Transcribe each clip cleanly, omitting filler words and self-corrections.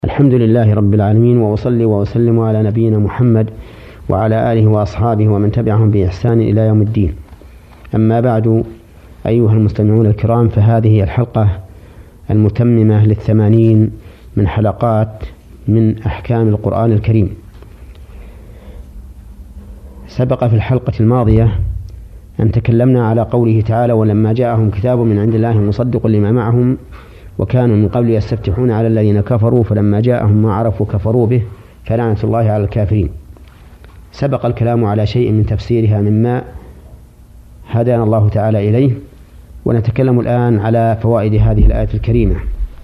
الحمد لله رب العالمين، وأصلي وأسلم على نبينا محمد وعلى آله وأصحابه ومن تبعهم بإحسان إلى يوم الدين. أما بعد، أيها المستمعون الكرام، فهذه الحلقة المتممة لل80 من حلقات من أحكام القرآن الكريم. سبق في الحلقة الماضية أن تكلمنا على قوله تعالى: ولما جاءهم كتاب من عند الله مصدق لما معهم وكانوا من قبل يستفتحون على الذين كفروا فلما جاءهم ما عرفوا كفروا به فلعنة الله على الكافرين. سبق الكلام على شيء من تفسيرها مما هدانا الله تعالى إليه، ونتكلم الآن على فوائد هذه الآية الكريمة.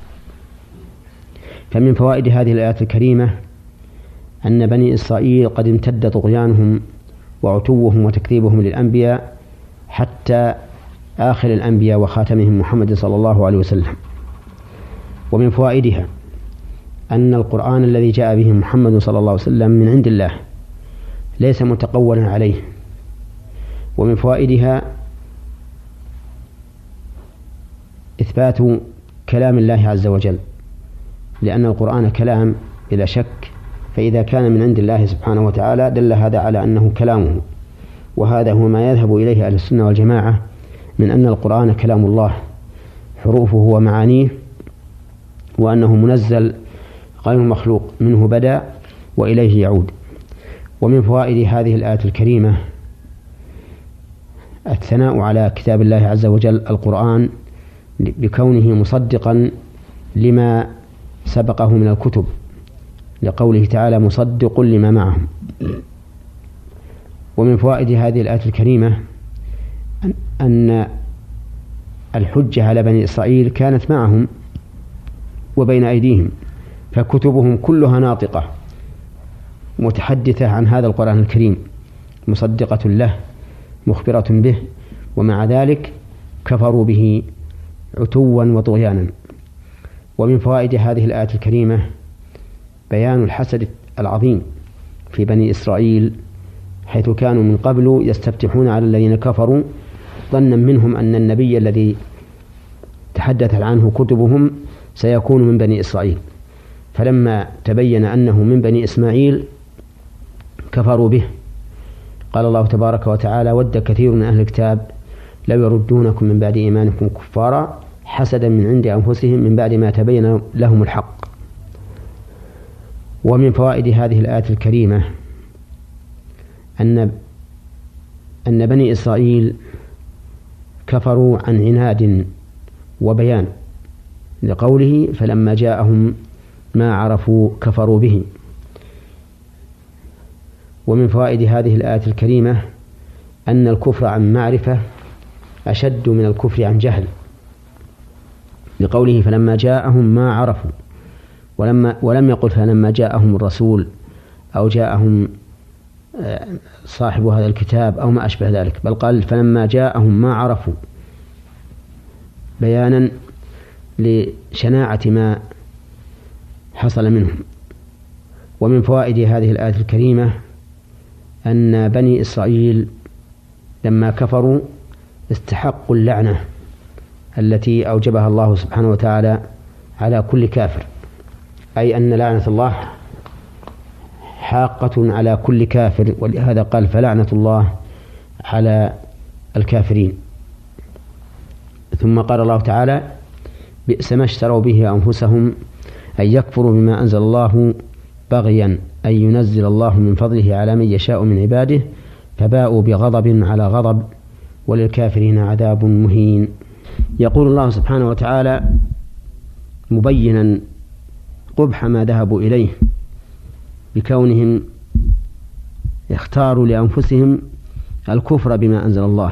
فمن فوائد هذه الآية الكريمة أن بني إسرائيل قد امتد طغيانهم وعتوهم وتكذيبهم للأنبياء حتى آخر الأنبياء وخاتمهم محمد صلى الله عليه وسلم. ومن فوائدها أن القرآن الذي جاء به محمد صلى الله عليه وسلم من عند الله ليس متقولا عليه. ومن فوائدها إثبات كلام الله عز وجل، لأن القرآن كلام بلا شك، فإذا كان من عند الله سبحانه وتعالى دل هذا على أنه كلامه. وهذا هو ما يذهب إليه أهل السنة والجماعة من أن القرآن كلام الله حروفه ومعانيه، وأنه منزل غير مخلوق، منه بدأ وإليه يعود. ومن فوائد هذه الآية الكريمة الثناء على كتاب الله عز وجل القرآن بكونه مصدقا لما سبقه من الكتب، لقوله تعالى: مصدق لما معهم. ومن فوائد هذه الآية الكريمة أن الحجة على بني إسرائيل كانت معهم وبين أيديهم، فكتبهم كلها ناطقة متحدثة عن هذا القرآن الكريم، مصدقة له مخبرة به، ومع ذلك كفروا به عتوا وطغيانا. ومن فوائد هذه الآية الكريمة بيان الحسد العظيم في بني إسرائيل، حيث كانوا من قبل يستفتحون على الذين كفروا ظنا منهم أن النبي الذي تحدث عنه كتبهم سيكون من بني إسرائيل، فلما تبين أنه من بني إسماعيل كفروا به. قال الله تبارك وتعالى: ود كثير من أهل الكتاب لو يردونكم من بعد إيمانكم كفارا حسدا من عند أنفسهم من بعد ما تبين لهم الحق. ومن فوائد هذه الآية الكريمة أن بني إسرائيل كفروا عن عناد وبيان، لقوله: فلما جاءهم ما عرفوا كفروا به. ومن فوائد هذه الآية الكريمة أن الكفر عن معرفة أشد من الكفر عن جهل، لقوله: فلما جاءهم ما عرفوا، ولم يقل فلما جاءهم الرسول أو جاءهم صاحب هذا الكتاب أو ما أشبه ذلك، بل قال: فلما جاءهم ما عرفوا، بيانا لشناعة ما حصل منهم. ومن فوائد هذه الآية الكريمة أن بني إسرائيل لما كفروا استحقوا اللعنة التي أوجبها الله سبحانه وتعالى على كل كافر، أي أن لعنة الله حاقة على كل كافر، ولهذا قال: فلعنة الله على الكافرين. ثم قال الله تعالى: بئس ما اشتروا به أنفسهم أن يكفروا بما أنزل الله بغيا أن ينزل الله من فضله على من يشاء من عباده فباءوا بغضب على غضب وللكافرين عذاب مهين. يقول الله سبحانه وتعالى مبينا قبح ما ذهبوا إليه بكونهم اختاروا لأنفسهم الكفر بما أنزل الله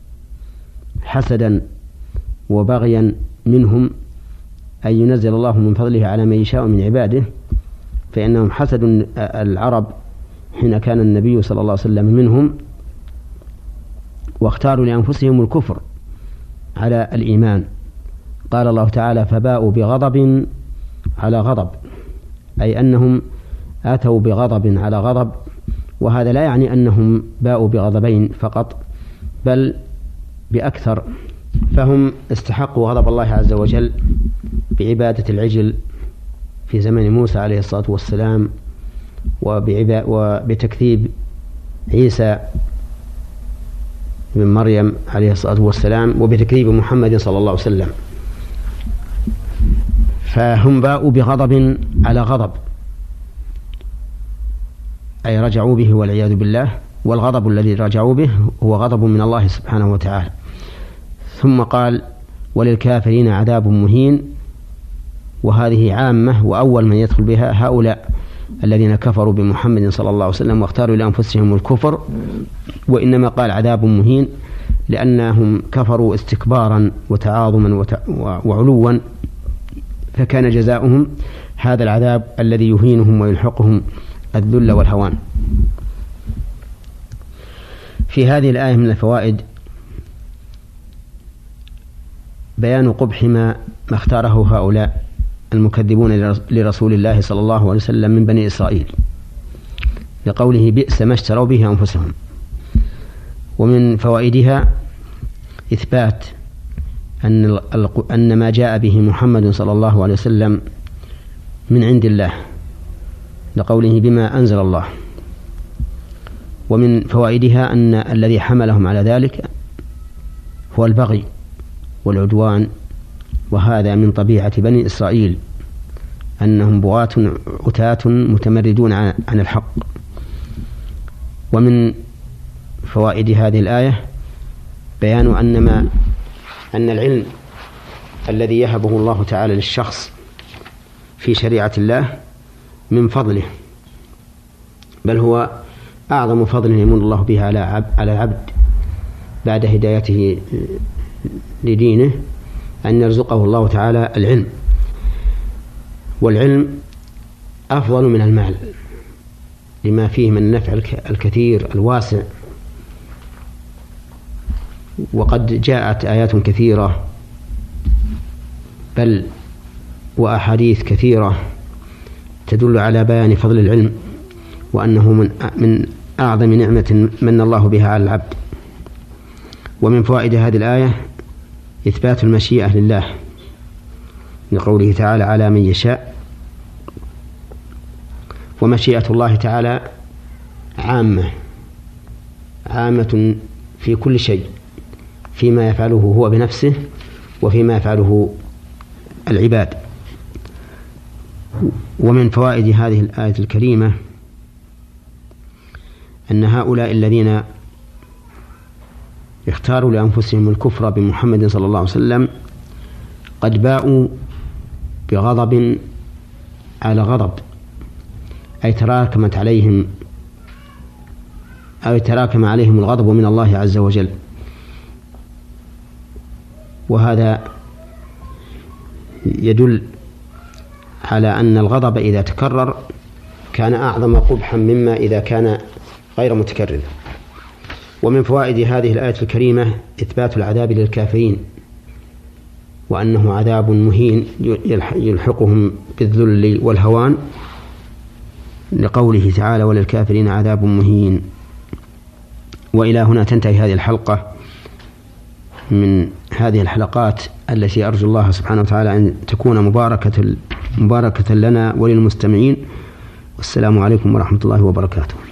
حسدا وبغيا منهم أن ينزل الله من فضله على من يشاء من عباده، فإنهم حسدوا العرب حين كان النبي صلى الله عليه وسلم منهم، واختاروا لأنفسهم الكفر على الإيمان. قال الله تعالى: فباءوا بغضب على غضب، أي أنهم آتوا بغضب على غضب. وهذا لا يعني أنهم باءوا بغضبين فقط، بل بأكثر، فهم استحقوا غضب الله عز وجل بعبادة العجل في زمن موسى عليه الصلاة والسلام، وبتكذيب عيسى بن مريم عليه الصلاة والسلام، وبتكذيب محمد صلى الله عليه وسلم. فهم باءوا بغضب على غضب، أي رجعوا به والعياذ بالله، والغضب الذي رجعوا به هو غضب من الله سبحانه وتعالى. ثم قال وللكافرين عذاب مهين، وهذه عامة، وأول من يدخل بها هؤلاء الذين كفروا بمحمد صلى الله عليه وسلم واختاروا لأنفسهم الكفر. وإنما قال عذاب مهين لأنهم كفروا استكبارا وتعاظما وعلوا، فكان جزاؤهم هذا العذاب الذي يهينهم ويلحقهم الذل والهوان. في هذه الآية من الفوائد بيان قبح ما اختاره هؤلاء المكذبون لرسول الله صلى الله عليه وسلم من بني إسرائيل، لقوله بئس ما اشتروا به أنفسهم. ومن فوائدها إثبات أن ما جاء به محمد صلى الله عليه وسلم من عند الله، لقوله بما أنزل الله. ومن فوائدها أن الذي حملهم على ذلك هو البغي والعدوان، وهذا من طبيعة بني إسرائيل، أنهم بغاة عتاة متمردون عن الحق. ومن فوائد هذه الآية بيان أن العلم الذي يهبه الله تعالى للشخص في شريعة الله من فضله، بل هو أعظم فضل يمن الله به على العبد بعد هدايته لدينه، أن يرزقه الله تعالى العلم. والعلم أفضل من المال لما فيه من النفع الكثير الواسع. وقد جاءت آيات كثيرة بل وأحاديث كثيرة تدل على بيان فضل العلم، وأنه من أعظم نعمة من الله بها على العبد. ومن فوائد هذه الآية إثبات المشيئة لله، لقوله تعالى على من يشاء. ومشيئة الله تعالى عامة في كل شيء، فيما يفعله هو بنفسه وفيما يفعله العباد. ومن فوائد هذه الآية الكريمة أن هؤلاء الذين اختاروا لأنفسهم الكفر بمحمد صلى الله عليه وسلم قد باءوا بغضب على غضب، أي تراكم عليهم الغضب من الله عز وجل. وهذا يدل على أن الغضب إذا تكرر كان أعظم قبحا مما إذا كان غير متكرر. ومن فوائد هذه الآية الكريمة إثبات العذاب للكافرين، وأنه عذاب مهين يلحقهم بالذل والهوان، لقوله تعالى وللكافرين عذاب مهين. وإلى هنا تنتهي هذه الحلقة من هذه الحلقات التي أرجو الله سبحانه وتعالى أن تكون مباركة لنا وللمستمعين. والسلام عليكم ورحمة الله وبركاته.